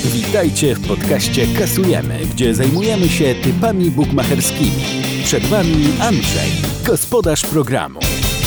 Witajcie w podcaście Kasujemy, gdzie zajmujemy się typami bukmacherskimi. Przed Wami Andrzej, gospodarz programu.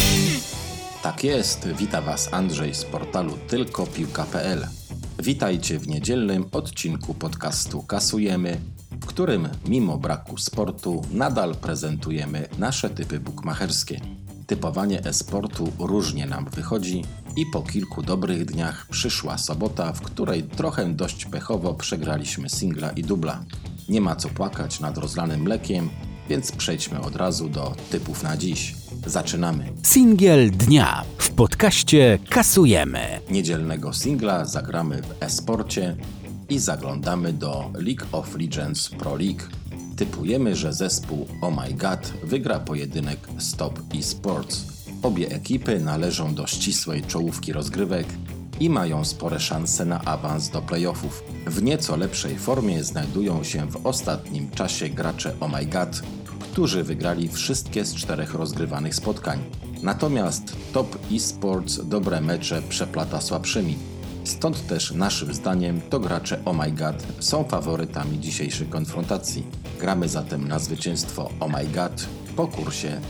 Tak jest, wita Was Andrzej z portalu tylkopiłka.pl. Witajcie w niedzielnym odcinku podcastu Kasujemy, w którym mimo braku sportu nadal prezentujemy nasze typy bukmacherskie. Typowanie e-sportu różnie nam wychodzi i po kilku dobrych dniach przyszła sobota, w której trochę dość pechowo przegraliśmy singla i dubla. Nie ma co płakać nad rozlanym mlekiem, więc przejdźmy od razu do typów na dziś. Zaczynamy. Singiel dnia w podcaście Kasujemy. Niedzielnego singla zagramy w e-sporcie i zaglądamy do League of Legends Pro League. Typujemy, że zespół Oh My God wygra pojedynek z Top Esports. Obie ekipy należą do ścisłej czołówki rozgrywek i mają spore szanse na awans do playoffów. W nieco lepszej formie znajdują się w ostatnim czasie gracze Oh My God, którzy wygrali wszystkie z 4 rozgrywanych spotkań. Natomiast Top Esports dobre mecze przeplata słabszymi. Stąd też naszym zdaniem to gracze Oh My God są faworytami dzisiejszej konfrontacji. Gramy zatem na zwycięstwo Oh My God po kursie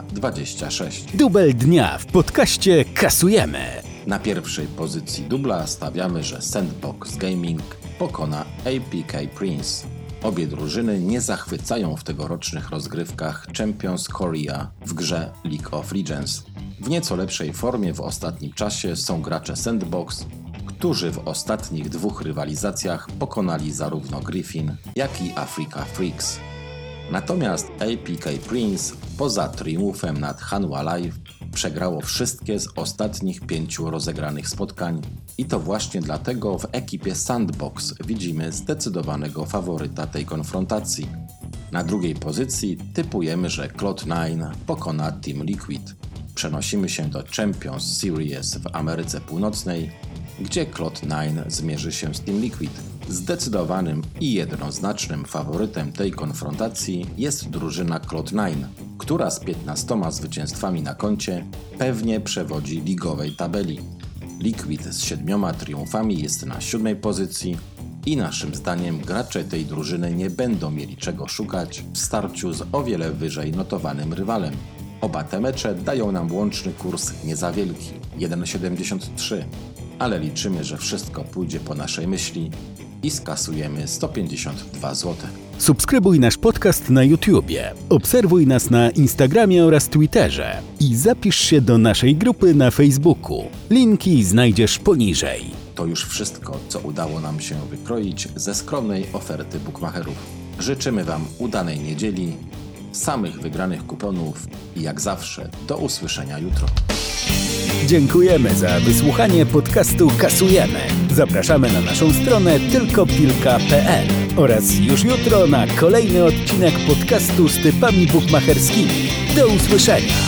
2,26. Dubel dnia w podcaście Kasujemy. Na pierwszej pozycji dubla stawiamy, że Sandbox Gaming pokona APK Prince. Obie drużyny nie zachwycają w tegorocznych rozgrywkach Champions Korea w grze League of Legends. W nieco lepszej formie w ostatnim czasie są gracze Sandbox, którzy w ostatnich 2 rywalizacjach pokonali zarówno Griffin, jak i Africa Freaks. Natomiast APK Prince poza triumfem nad Hanwha Live przegrało wszystkie z ostatnich 5 rozegranych spotkań i to właśnie dlatego w ekipie Sandbox widzimy zdecydowanego faworyta tej konfrontacji. Na drugiej pozycji typujemy, że Cloud9 pokona Team Liquid. Przenosimy się do Champions Series w Ameryce Północnej, gdzie Cloud9 zmierzy się z Team Liquid. Zdecydowanym i jednoznacznym faworytem tej konfrontacji jest drużyna Cloud9, która z 15 zwycięstwami na koncie pewnie przewodzi ligowej tabeli. Liquid z 7 triumfami jest na 7 pozycji i naszym zdaniem gracze tej drużyny nie będą mieli czego szukać w starciu z o wiele wyżej notowanym rywalem. Oba te mecze dają nam łączny kurs nie za wielki, 1,73, ale liczymy, że wszystko pójdzie po naszej myśli i skasujemy 152 zł. Subskrybuj nasz podcast na YouTubie, obserwuj nas na Instagramie oraz Twitterze i zapisz się do naszej grupy na Facebooku. Linki znajdziesz poniżej. To już wszystko, co udało nam się wykroić ze skromnej oferty bukmacherów. Życzymy Wam udanej niedzieli, samych wygranych kuponów i jak zawsze do usłyszenia jutro. Dziękujemy za wysłuchanie podcastu Kasujemy. Zapraszamy na naszą stronę tylkopiłka.pl oraz już jutro na kolejny odcinek podcastu z typami bukmacherskimi. Do usłyszenia!